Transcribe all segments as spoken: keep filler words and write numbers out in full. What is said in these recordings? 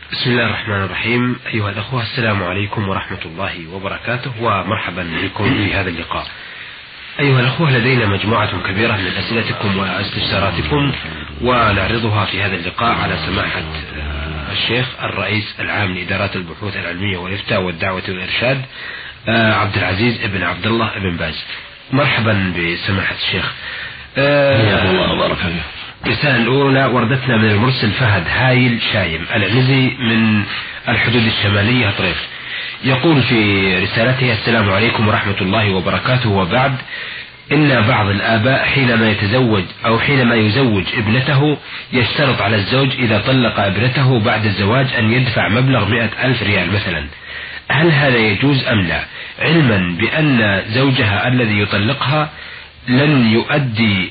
بسم الله الرحمن الرحيم. أيها الأخوة، السلام عليكم ورحمة الله وبركاته، ومرحبا بكم في هذا اللقاء. أيها الأخوة، لدينا مجموعة كبيرة من أسئلتكم واستفساراتكم ونعرضها في هذا اللقاء على سماحة الشيخ الرئيس العام لإدارات البحوث العلمية والإفتاء والدعوة والإرشاد عبد العزيز ابن عبد الله ابن باز. مرحبا بسماحة الشيخ. حياكم الله وبارك فيك. الرسالة الأولى وردتنا من المرسل فهد هايل شايم العنزي من الحدود الشمالية طريف. يقول في رسالته: السلام عليكم ورحمة الله وبركاته، وبعد، إن بعض الآباء حينما يتزوج أو حينما يزوج ابنته يشترط على الزوج إذا طلق ابنته بعد الزواج أن يدفع مبلغ مئة ألف ريال مثلا. هل هذا يجوز أم لا، علما بأن زوجها الذي يطلقها لن يؤدي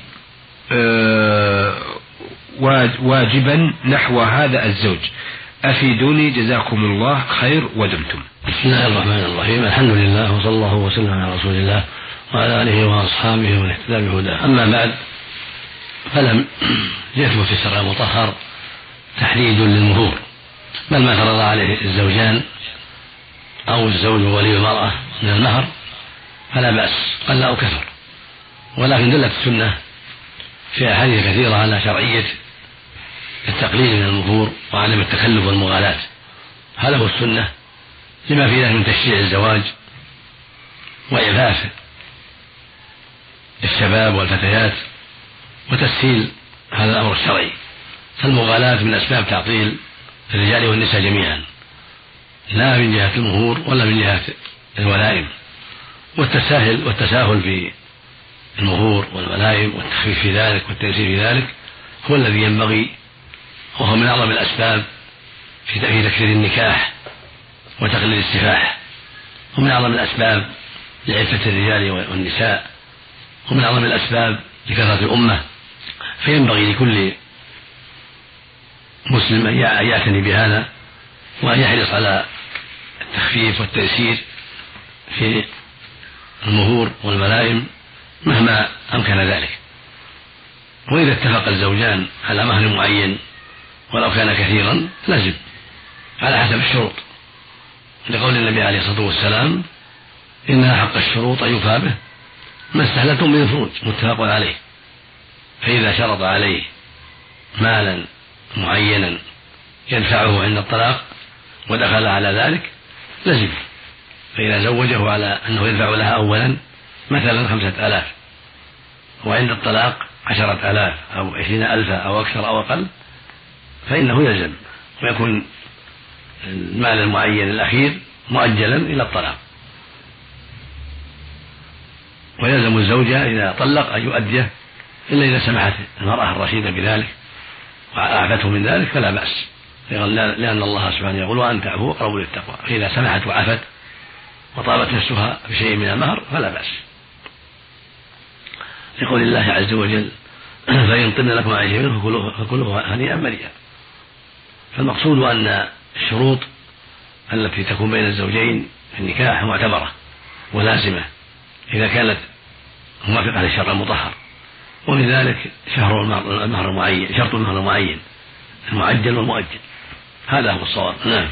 واجبا نحو هذا الزوج؟ أفيدوني جزاكم الله خير ودمتم. بسم الله الرحمن الرحيم. الحمد لله وصلى الله وسلم على رسول الله وعلى آله وأصحابه ومن اهتدى بهداه. أما بعد، فلم يثبت في الشرع المطهر تحديد للمهور، بل ما فرض عليه الزوجان أو الزوج وولي المرأة من المهر فلا بأس قل أو كثر، ولكن دلت السنة في أحاديث كثيرة على شرعية التقليل من المهور وعدم التكلف والمغالاة. هذا هو السنة لما في ذلك من تشجيع الزواج وإعفاف الشباب والفتيات وتسهيل هذا الأمر الشرعي. فالمغالاة من أسباب تعطيل الرجال والنساء جميعا، لا من جهة المهور ولا من جهة الولائم. والتساهل والتساهل في المهور والولائم والتخفيف في ذلك والتيسير في ذلك هو الذي ينبغي، وهو من أعظم الأسباب في تكثير النكاح وتقليل السفاح، ومن أعظم الأسباب لعفة الرجال والنساء، ومن أعظم الأسباب لكثرة الأمة. فينبغي لكل مسلم أن يعتني بهذا وأن يحرص على التخفيف والتيسير في المهور والملائم مهما أمكن ذلك. وإذا اتفق الزوجان على مهر معين ولو كان كثيرا لزم على حسب الشروط، لقول النبي عليه الصلاة والسلام: إنها حق الشروط يوفى به ما استحللتم من الفروج، متفق عليه. فإذا شرط عليه مالا معينا يدفعه عند الطلاق ودخل على ذلك لزم. فإذا زوجه على أنه يدفع لها أولا مثلا خمسة آلاف وعند الطلاق عشرة آلاف أو عشرين ألفا أو أكثر أو أقل، فإنه يلزم، ويكون المال المعين الأخير مؤجلا إلى الطلاق. ويلزم الزوجة إذا طلق أن يؤديه إلا إذا سمحت المرأة الرشيدة بذلك وأعفته من ذلك فلا بأس، لأن الله سبحانه يقول: وأن تعفوا أقرب للتقوى. فإذا سمحت وعفت وطابت نفسها بشيء من المهر فلا بأس، لقول الله عز وجل: فإن طبن لكم عن شيء منه فكلوه هنيئا مريئا. فالمقصود أن الشروط التي تكون بين الزوجين في النكاح معتبرة ولازمة إذا كانت موافقة للشرع المطهر، ومن ذلك شهر المهر المعين، شرط المهر المعين المعجل والمؤجل. هذا هو الصواب. نعم.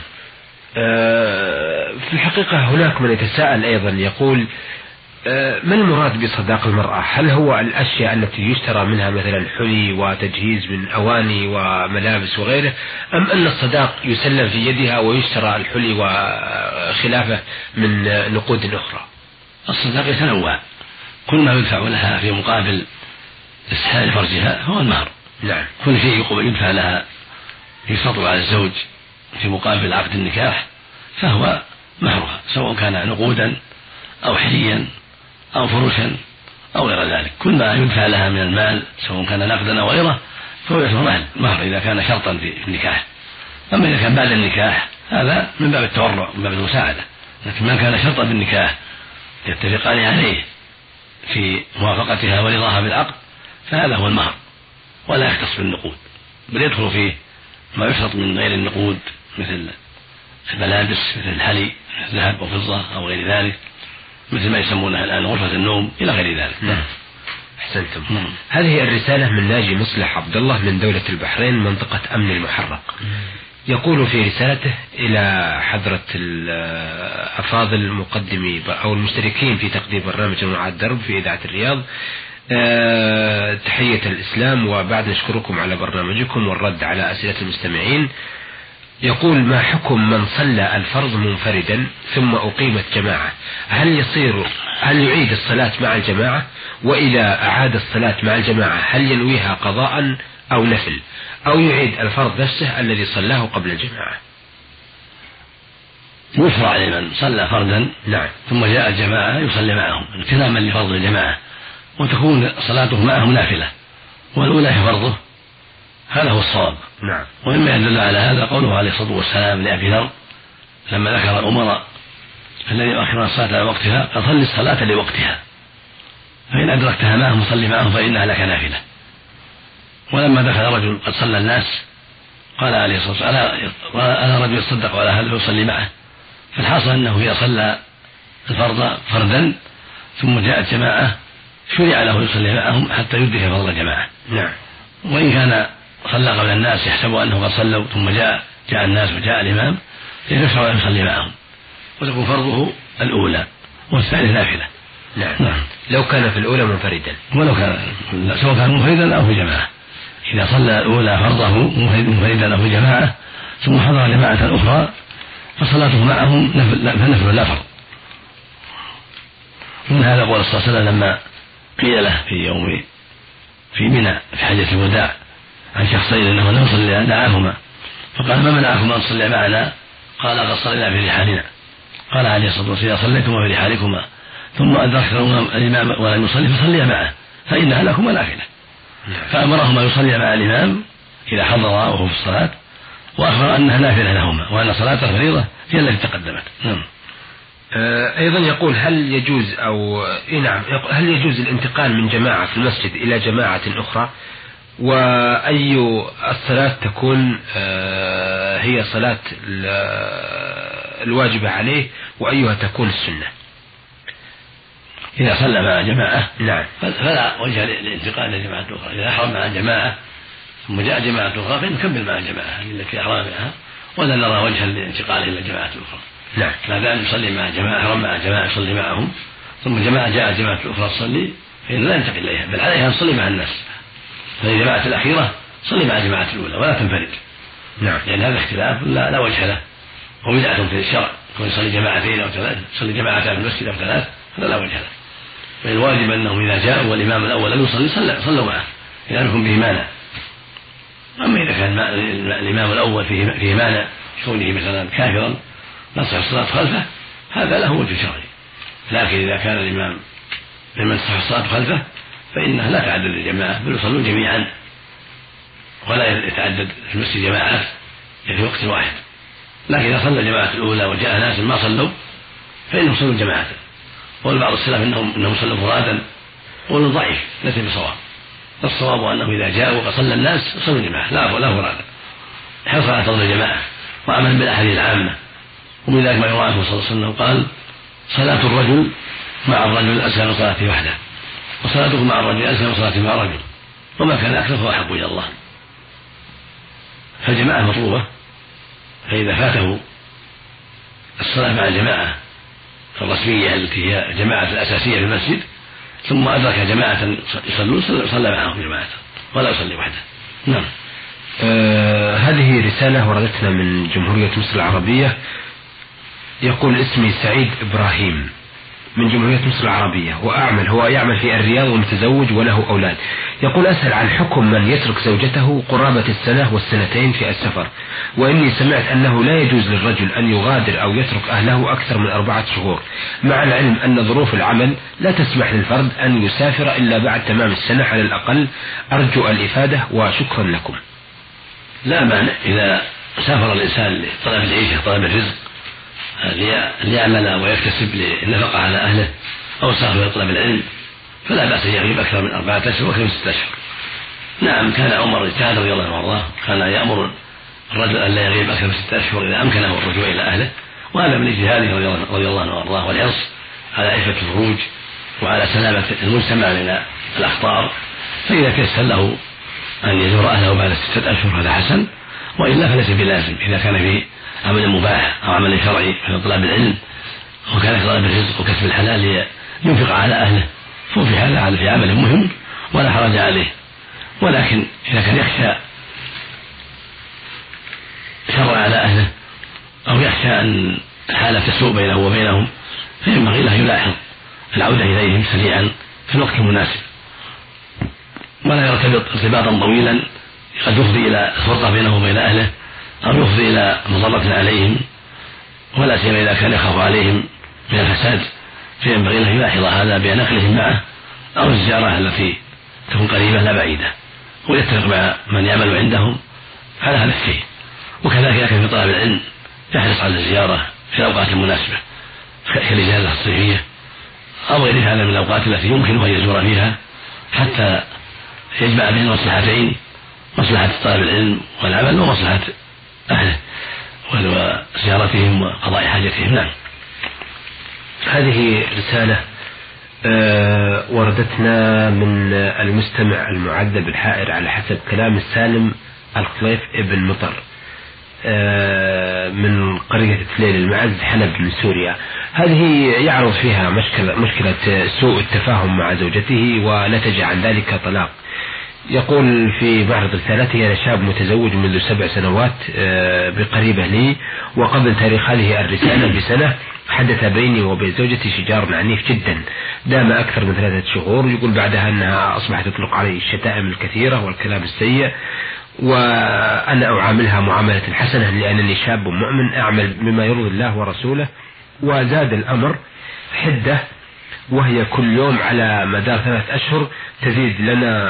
أه في الحقيقة هناك من يتساءل أيضا يقول: ما المراد بصداق المرأة؟ هل هو الأشياء التي يشترى منها مثلا حلي وتجهيز من أواني وملابس وغيره، أم أن الصداق يسلم في يدها ويشترى الحلي وخلافه من نقود أخرى؟ الصداق يتنوع، كل ما يدفع لها في مقابل إسهال فرجها هو المهر. نعم. كل شيء يدفع لها يشترط على الزوج في مقابل عقد النكاح فهو مهرها، سواء كان نقودا أو حليا أو فرشا أو غير ذلك. كل ما يدفع لها من المال سواء كان نقدا أو غيره فهو يعتبر مهر إذا كان شرطا في النكاح. أما إذا كان بعد النكاح هذا من باب التورع من باب المساعدة، لكن ما كان شرطا في النكاح يتفقان عليه في موافقتها ورضاها بالعقد فهذا هو المهر، ولا يختص بالنقود، بل يدخل فيه ما يشرط من غير النقود مثل الملابس، مثل الحلي، ذهب وفضة أو غير ذلك، مثل ما يسمونها الآن غرفة النوم إلى غير ذلك. نعم. أحسنتم. نعم. هذه الرسالة من ناجي مصلح عبد الله من دولة البحرين منطقة أمن المحرق. يقول في رسالته إلى حضرة الأفاضل مقدمي أو المشتركين في تقديم برنامج مع الدرب في إذاعة الرياض، أه تحية الإسلام وبعد نشكركم على برنامجكم والرد على أسئلة المستمعين. يقول: ما حكم من صلى الفرض منفردا ثم أقيمت جماعة؟ هل يصير هل يعيد الصلاة مع الجماعة؟ وإذا أعاد الصلاة مع الجماعة هل ينويها قضاء أو نفل، أو يعيد الفرض نفسه الذي صلاه قبل الجماعة؟ يشرع لمن صلى فردا نعم ثم جاء الجماعة يصلي معهم التزاما لفرض الجماعة، وتكون صلاته معهم نافلة والأولى هي فرضه، هذا هو الصواب. نعم. ومما يدل على هذا قوله عليه الصلاة والسلام لأبي ذر لما ذكر الأمراء الذي يؤخرون الصلاة على وقتها: قال: صل الصلاة لوقتها، فإن أدركتها معهم صلي معهم فإنها لك نافلة. ولما دخل رجل قد صلى الناس قال عليه الصلاة والسلام: ألا رجل يصدق على هذا يصلي معه؟ فالحاصل أنه إذا صلى الفرض فردا ثم جاءت جماعة شرع له يصلي معهم حتى يدرك فرض الجماعة. نعم. وإن كان صلى قبل الناس يحسب أنه قد صلوا ثم جاء جاء الناس وجاء الإمام يشرع أن يصلي معهم وتكون فرضه الأولى والثانية نافلة. نعم. نعم. لو كان في الأولى منفردا، ولو كان سواء كان منفردا أو في جماعة، إذا صلى الأولى فرضه منفردا أو في جماعة ثم حضر جماعة أخرى فصلاته معهم نفل لا فرض. ومن هذا قول صلى الله عليه وسلم لما قيل له في يوم في منى في حجة الوداع عن شخصين انه لم يصلي دعاهما فقال: ما منعكم ان تصلي معنا؟ قال: قد صلينا في رحالنا. قال عليه الصلاة والسلام: صليتما في رحالكما ثم أدركتما الإمام ولم يصلي فصليا معه فإنها لكما نافلة. فأمرهما يصلي مع الإمام إذا حضر وهو في الصلاة، وأخبر أنها نافلة لهما وأن صلاة الفريضة هي التي تقدمت. نعم. أيضا يقول: هل يجوز أو نعم هل يجوز الانتقال من جماعة في المسجد إلى جماعة أخرى؟ وأي الصلاة تكون هي صلاة الواجبة عليه وأيها تكون السنة؟ إذا صلى مع جماعة نعم فلا وجه للانتقال إلى جماعة أخرى. إذا أحرم مع جماعة ثم جاء جماعة أخرى فنكمل مع الجماعة التي أحرم معها ولا نرى وجها للانتقال إلى جماعة أخرى. نعم. ما دام يصلي مع جماعة أحرم مع جماعة يصلي معهم ثم جماعة جاء جماعة أخرى تصلي فإن لا ينتقل إليها، بل عليها أن تصلي مع الناس. فالجماعة الأخيرة صلي مع الجماعة الأولى ولا تنفرد. نعم. لأن هذا اختلاف لا, لا وجه له وبدعة في الشرع، يكون يصلي جماعتين أو ثلاث، يصلي جماعتان في المسجد أو ثلاث، هذا لا وجه له. فالواجب أنهم إذا جاءوا والإمام الأول لم يصلي صلوا معه إذا لم يكن به مانع. أما إذا كان الإمام الأول فيه, فيه مانع كونه مثلا كافرا نصح الصلاة خلفه هذا له وجه شرعي، لكن إذا كان الإمام ممن تصح الصلاة خلفه فإنها لا تعدد الجماعة بل يصلون جميعا ولا يتعدد في المسجد جماعات في وقت واحد. لكن إذا صلى الجماعة الأولى وجاء ناس ما صلوا فإنهم صلوا جماعة. والبعض السلف إنهم, إنهم صلوا فرادا قول ضعيف ليس بصواب. الصواب أنه إذا جاءوا وقد صلى الناس صلوا جماعة لا لا فرادا حرص على فضل الجماعة وعمل بالأحاديث العامة. ومن ذلك ما يروى عنه صلى الله عليه وسلم قال: صلاة الرجل مع الرجل أسهل من صلاته وحده، وصلاته مع الرجل أسهل من صلاته مع الرجل، وما كان أكثر فهو أحب إلى الله. فالجماعة مطلوبة، فإذا فاته الصلاة مع الجماعة الرسمية التي هي الجماعة الأساسية في المسجد ثم أدرك جماعة يصلون صلى معهم جماعة ولا يصلي وحده. نعم. آه هذه رسالة وردتنا من جمهورية مصر العربية. يقول: اسمي سعيد إبراهيم من جمهورية مصر العربية وأعمل هو يعمل في الرياض ومتزوج وله أولاد. يقول: أسأل عن حكم من يترك زوجته قرابة السنة والسنتين في السفر، وإني سمعت أنه لا يجوز للرجل أن يغادر أو يترك أهله أكثر من أربعة شهور، مع العلم أن ظروف العمل لا تسمح للفرد أن يسافر إلا بعد تمام السنة على الأقل. أرجو الإفادة وشكرا لكم. لا مانع إذا سافر الإنسان لطلب العيشة طلب الرزق ليعمل ويكتسب للنفقة على أهله أو سافر لطلب العلم فلا بأس أن يغيب أكثر من أربعة أشهر وأكثر من ستة أشهر. نعم كان عمر اجتهد رضي الله عنه كان يأمر الرجل أن لا يغيب أكثر من ستة أشهر إذا أمكنه الرجوع إلى أهله، وهذا من اجتهاده رضي الله عنه وأرضاه والحرص على عفة الخروج وعلى سلامة المجتمع من الأخطار. فإذا تيسر له أن يزور أهله بعد ستة أشهر هذا حسن، وإلا فليس بلازم إذا كان في عمل مباح أو عمل شرعي في طلب العلم وكان في طلب الرزق وكسب الحلال ينفق على أهله فهو في هذا في عمل مهم ولا حرج عليه. ولكن إذا كان يخشى شر على أهله أو يخشى أن الحالة تسوء بينه وبينهم فينبغي له يلاحظ العودة إليهم سريعا في الوقت المناسب ولا يرتبط ارتباطا طويلا قد يفضي إلى فرقة بينه وبين أهله أو يفضي إلى مضرة عليهم ولا سيما إذا كان يخاف عليهم من الفساد فينبغي له يلاحظ هذا بنقلهم معه أو الزيارة التي تكون قريبة لا بعيدة ويتفق مع من يعمل عندهم على هذا الشيء. وكذلك إذا كان في طلب العلم يحرص على الزيارة في الأوقات المناسبة كالإجازة الصيفية أو غير هذا من الأوقات التي يمكن أن يزور فيها حتى يجمع بين المصلحتين مصلحة طلب العلم والعمل ومصلحة أهله وزيارتهم وقضاء حاجتهم. نعم. هذه رسالة أه وردتنا من المستمع المعذب الحائر على حسب كلام السالم الخليف ابن مطر أه من قرية تليل المعز حلب من سوريا. هذه يعرض فيها مشكلة, مشكلة سوء التفاهم مع زوجته ونتج عن ذلك طلاق. يقول في معرض رسالته: أنا شاب متزوج منذ سبع سنوات بقريبة لي، وقبل تاريخ هذه الرسالة بسنة حدث بيني وبين زوجتي شجار عنيف جدا دام أكثر من ثلاثة شهور. يقول بعدها أنها أصبحت تطلق علي الشتائم الكثيرة والكلام السيء، وأنا أعاملها معاملة حسنة لأنني شاب مؤمن أعمل بما يرضي الله ورسوله. وزاد الأمر حدة، وهي كل يوم على مدار ثلاث أشهر تزيد لنا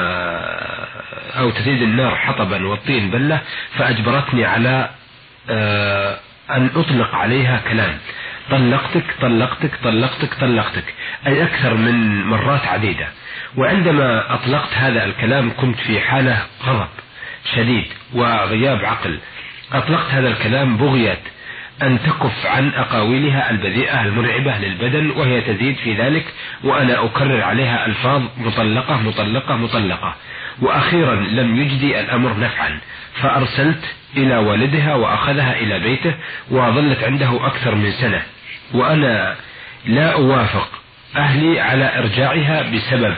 أو تزيد النار حطبا والطين بلة، فأجبرتني على أن أطلق عليها كلام: طلقتك طلقتك طلقتك طلقتك، أي أكثر من مرات عديدة. وعندما أطلقت هذا الكلام كنت في حالة غضب شديد وغياب عقل. أطلقت هذا الكلام بغية أن تكف عن أقاويلها البذيئة المرعبة للبدن، وهي تزيد في ذلك وأنا أكرر عليها ألفاظ مطلقة مطلقة مطلقة. وأخيرا لم يجدي الأمر نفعا، فأرسلت إلى والدها وأخذها إلى بيته وظلت عنده أكثر من سنة، وأنا لا أوافق أهلي على إرجاعها بسبب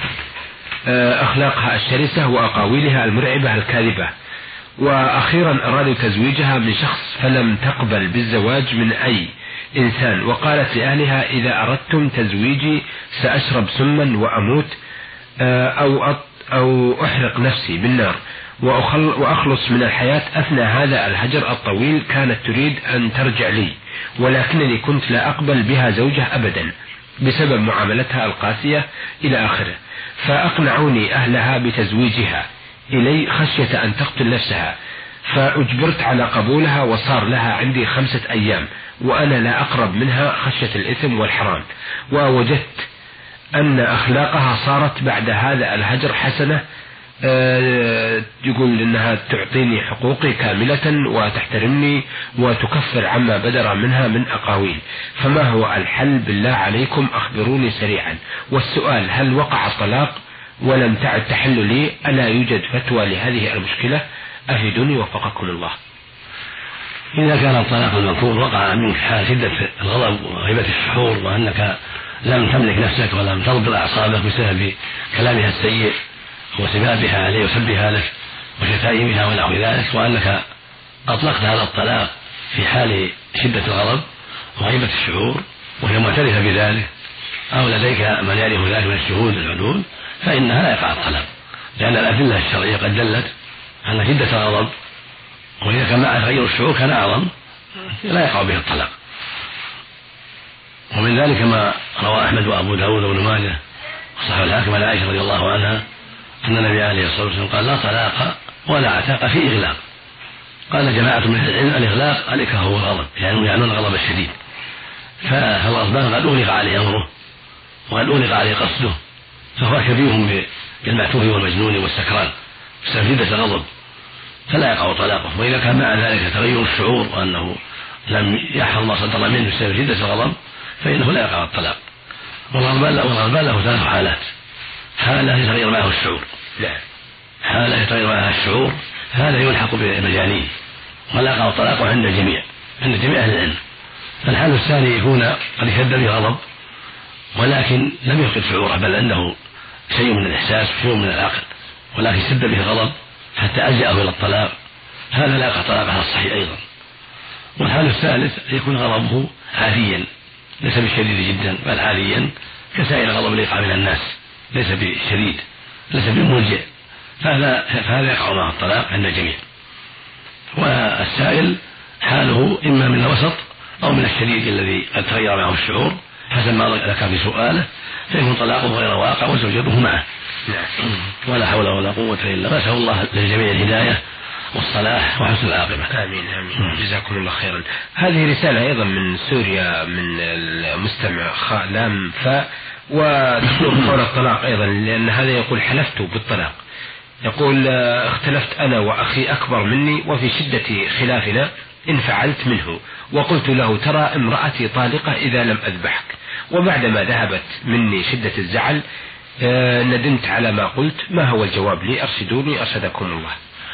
أخلاقها الشرسة وأقاويلها المرعبة الكاذبة. وأخيرا أرادوا تزويجها من شخص فلم تقبل بالزواج من أي إنسان، وقالت لأهلها: إذا أردتم تزويجي سأشرب سما وأموت أو أو أحرق نفسي بالنار وأخلص من الحياة. أثناء هذا الهجر الطويل كانت تريد أن ترجع لي، ولكنني كنت لا أقبل بها زوجة أبدا بسبب معاملتها القاسية إلى آخره. فأقنعوني أهلها بتزويجها إلي خشية أن تقتل نفسها، فأجبرت على قبولها، وصار لها عندي خمسة أيام وأنا لا أقرب منها خشية الإثم والحرام. ووجدت أن أخلاقها صارت بعد هذا الهجر حسنة. أه يقول إنها تعطيني حقوقي كاملة وتحترمني وتكفر عما بدر منها من أقاويل. فما هو الحل بالله عليكم؟ أخبروني سريعا. والسؤال: هل وقع الطلاق ولم تعد تحل لي؟ ألا يوجد فتوى لهذه المشكلة؟ أفيدوني وفقكم الله. إذا كان الطلاق المذكور وقع منك حال شدة الغضب وغيبة الشعور وأنك لم تملك نفسك ولم تضبط أعصابك بسبب كلامها السيء وسبابها عليه وسبها لك وشتائمها ونحو ذلك، وأنك أطلقت هذا الطلاق في حال شدة الغضب وغيبة الشعور وهي معترفة بذلك أو لديك من يعرف ذلك من الشهود العدول، فإنها لا يقع الطلاق، لأن الأدلة الشرعية قد دلت أن شدة الغضب وإذا كان معه غير الشعور كان أعظم لا يقع به الطلاق. ومن ذلك ما روى أحمد وأبو داود وابن ماجه وصححه الحاكم عن عائشة رضي الله عنها أن النبي عليه الصلاة والسلام قال: لا طلاق ولا عتاق في إغلاق. قال جماعة من العلم: الإغلاق الإكراه هو الغضب، يعني يعنون الغضب الشديد، فالغضبان قد أغلق عليه أمره وقد أغلق عليه قصده، فهو شبيه بالمعتوه والمجنون والسكران بسبب شدة الغضب، فلا يقع طلاقه. وإذا كان مع ذلك تغير الشعور وأنه لم يحفظ ما صدر منه بسبب شدة الغضب فإنه لا يقع الطلاق. والغضبان له ثلاث حالات: حالة يتغير معه الشعور، لا حالة يتغير معها الشعور هذا يلحق بالمجانين، ولا يقع الطلاق عند الجميع، عند جميع أهل العلم. الحال الثاني يكون قد اشتد به غضب ولكن لم يفقد شعوره، بل عنده شيء من الإحساس وشيء من العقل، ولكن اشتد به غضب حتى ألجأه إلى الطلاق، هذا لا يقع طلاق على الصحيح أيضا. والحال الثالث يكون غضبه عاديا ليس بشديد جدا، بل عاديا كسائر الغضب اللي يقع من الناس، ليس بشديد ليس بملجئ، فهذا فهذا يقع معه الطلاق عند الجميع. والسائل حاله إما من الوسط أو من الشديد الذي قد تغير معه الشعور حسب ما ذكر في سؤاله، فيكون طلاقه غير واقع وزوجته معه. ولا حول ولا قوة إلا بالله. نسأل الله للجميع الهداية والصلاح وحسن العاقبة. آمين آمين. جزاكم الله خيرا. هذه رسالة أيضا من سوريا من المستمع خاء لام فاء، وتقول حول الطلاق أيضا، لأن هذا يقول حلفت بالطلاق. يقول اختلفت أنا وأخي أكبر مني وفي شدة خلافنا انفعلت منه، وقلت له ترى امرأتي طالقة إذا لم أذبحك، وبعدما ذهبت مني شدة الزعل ندمت على ما قلت، ما هو الجواب لي؟ أرشدوني أرشدكم الله.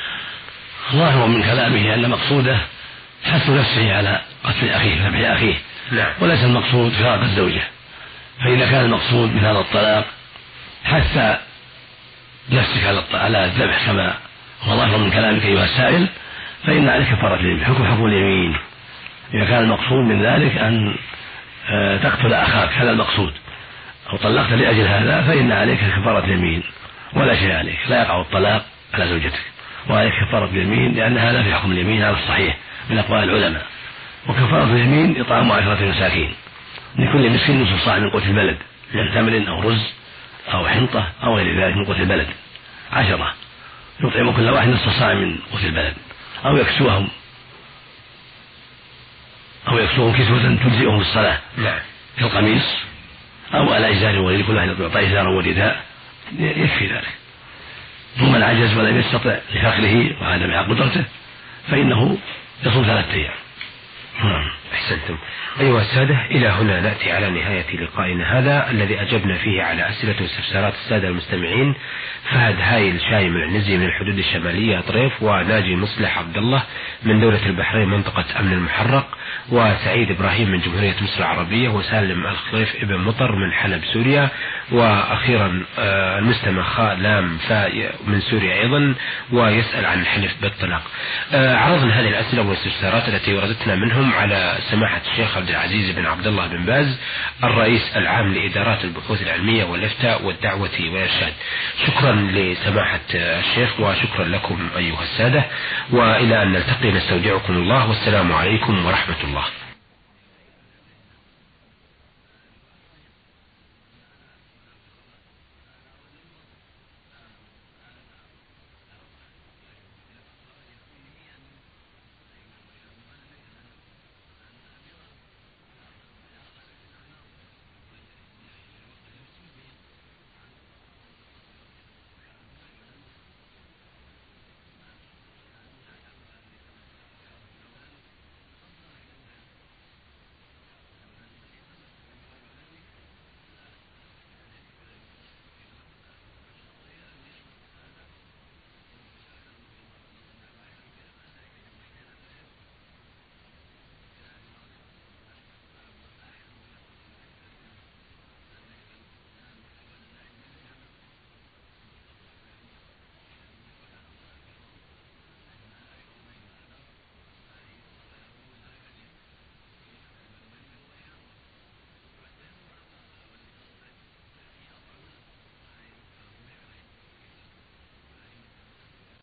ظاهر من كلامه أن مقصوده حث نفسه على قتل أخيه ذبح أخيه، نعم. وليس المقصود فراق الزوجة. فإذا كان المقصود من هذا الطلاق حث نفسك على الذبح كما هو ظاهر من كلامك أيها السائل، فإن عليك كفارة اليمين، حكم حكم اليمين. إذا كان المقصود من ذلك أن تقتل أخاك، هذا المقصود، أو طلقت لأجل هذا، فإن عليك كفارة اليمين ولا شيء عليك، لا يقع الطلاق على زوجتك، وعليك كفارة اليمين، لأن هذا في حكم اليمين على الصحيح من أقوال العلماء. وكفارة اليمين إطعام عشرة مساكين لكل مسكين نصف صاع من قوت البلد، من تمر أو رز أو حنطة أو غير ذلك من قوت البلد، عشرة يطعم كل واحد نصف صاع من قوت البلد، أو يكسوهم أو يكسوهم كسوة تجزئهم الصلاة كالقميص أو على إزار ولد، كل واحد يعطى إزار ورداء يكفي ذلك. ومن عجز ولم يستطع لفقره وعدم قدرته فإنه يصوم ثلاثة أيام. أحسنتم. أيها السادة، إلى هنا نأتي على نهاية لقائنا هذا الذي أجبنا فيه على أسئلة واستفسارات السادة المستمعين فهد هايل شايم العنزي من الحدود الشمالية طريف، وناجي مصلح عبد الله من دولة البحرين منطقة أمن المحرق، وسعيد إبراهيم من جمهورية مصر العربية، وسالم الخليف ابن مطر من حلب سوريا، وأخيرا المستمع خاء لام فاء من سوريا أيضا ويسأل عن الحلف بالطلاق. عرضنا هذه الأسئلة والاستفسارات التي وردتنا منهم على سماحة الشيخ عبد العزيز بن عبد الله بن باز الرئيس العام لإدارات البحوث العلمية والإفتاء والدعوة والإرشاد. شكرا لسماحة الشيخ وشكرا لكم أيها السادة، وإلى أن نلتقي نستودعكم الله، والسلام عليكم ورحمة الله.